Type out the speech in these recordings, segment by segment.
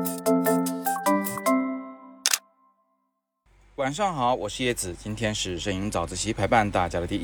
晚上好，我是叶子，今天是摄影早自习陪伴大家的第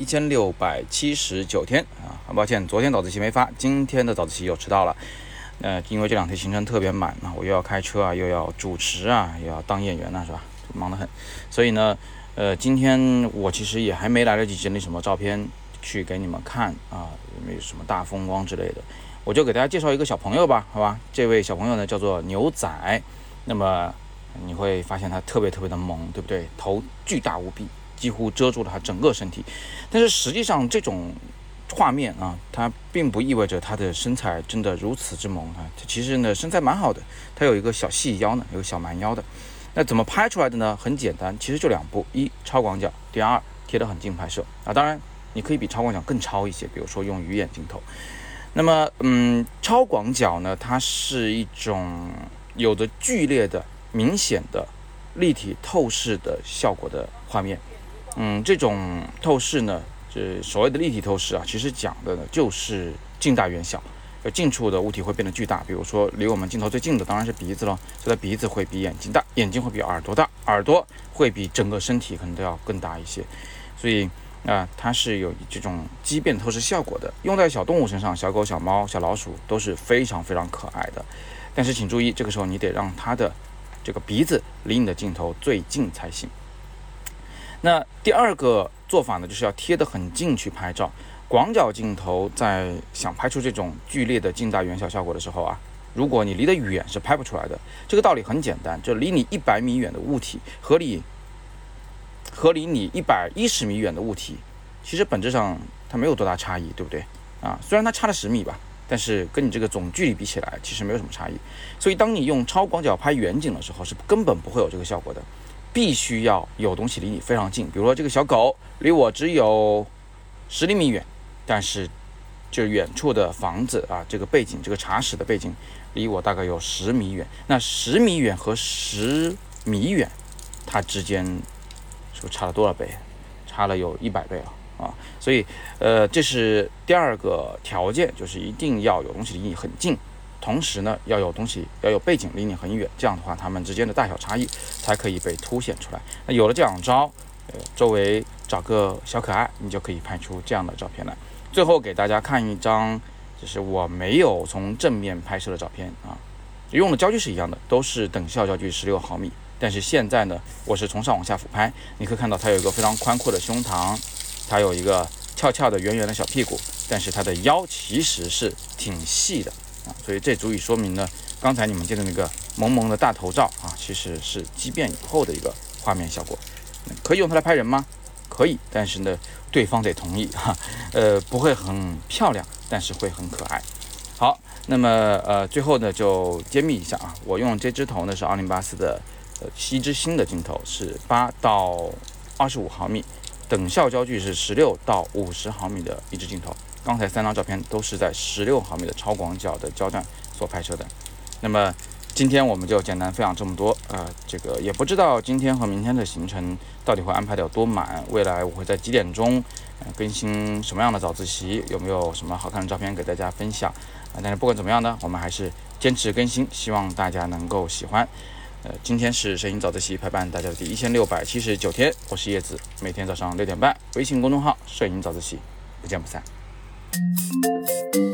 1679天啊，很抱歉，昨天早自习没发，今天的早自习又迟到了。因为这2天行程特别满啊，我又要开车啊，又要主持啊，又要当演员啊，是吧？忙得很。所以呢，今天我其实也还没来得及整理什么照片去给你们看啊，没有什么大风光之类的，我就给大家介绍一个小朋友吧，好吧？这位小朋友呢叫做牛仔，那么你会发现他特别的萌，对不对？头巨大无比，几乎遮住了他整个身体。但是实际上这种画面啊，它并不意味着他的身材真的如此之萌啊。其实呢，身材蛮好的，他有一个小细腰呢，有个小蛮腰的。那怎么拍出来的呢？很简单，其实就2步：一超广角，第二贴得很近拍摄啊。当然，你可以比超广角更超一些，比如说用鱼眼镜头。那么，超广角呢，它是一种有着剧烈的、明显的立体透视的效果的画面。这种透视呢，这所谓的立体透视啊，其实讲的呢就是近大远小，近处的物体会变得巨大。比如说离我们镜头最近的当然是鼻子了，所以鼻子会比眼睛大，眼睛会比耳朵大，耳朵会比整个身体可能都要更大一些。所以它是有这种畸变透视效果的，用在小动物身上，小狗、小猫、小老鼠都是非常可爱的。但是请注意，这个时候你得让它的这个鼻子离你的镜头最近才行。那第二个做法呢，就是要贴得很近去拍照。广角镜头在想拍出这种剧烈的近大远小效果的时候啊，如果你离得远是拍不出来的。这个道理很简单，就离你100米远的物体和离你110米远的物体，其实本质上它没有多大差异，对不对啊？虽然它差了10米吧，但是跟你这个总距离比起来，其实没有什么差异。所以当你用超广角拍远景的时候，是根本不会有这个效果的。必须要有东西离你非常近，比如说这个小狗离我只有10厘米远，但是这远处的房子啊，这个背景，这个茶室的背景离我大概有10米远。那10米远和10米远，它之间是不是差了多少倍？差了有100倍了啊！所以这是第二个条件，就是一定要有东西离你很近，同时呢要有背景离你很远，这样的话它们之间的大小差异才可以被凸显出来。那有了这2招，周围找个小可爱，你就可以拍出这样的照片来。最后给大家看一张，就是我没有从正面拍摄的照片啊，用的焦距是一样的，都是等效焦距16毫米。但是现在呢，我是从上往下俯拍，你可以看到它有一个非常宽阔的胸膛，它有一个翘的圆的小屁股，但是它的腰其实是挺细的啊，所以这足以说明呢，刚才你们见的那个萌的大头照啊，其实是畸变以后的一个画面效果。可以用它来拍人吗？可以，但是呢，对方得同意哈，不会很漂亮，但是会很可爱。好，那么最后呢，就揭秘一下啊，我用这支头呢是2084的一支新的镜头，是8到25毫米，等效焦距是16到50毫米的一支镜头。刚才3张照片都是在16毫米的超广角的焦段所拍摄的。那么今天我们就简单分享这么多，这个也不知道今天和明天的行程到底会安排的有多满，未来我会在几点钟更新什么样的早自习，有没有什么好看的照片给大家分享但是不管怎么样呢，我们还是坚持更新，希望大家能够喜欢。今天是摄影早自习陪伴大家的第1679天，我是叶子，每天早上6点半，微信公众号摄影早自习，不见不散。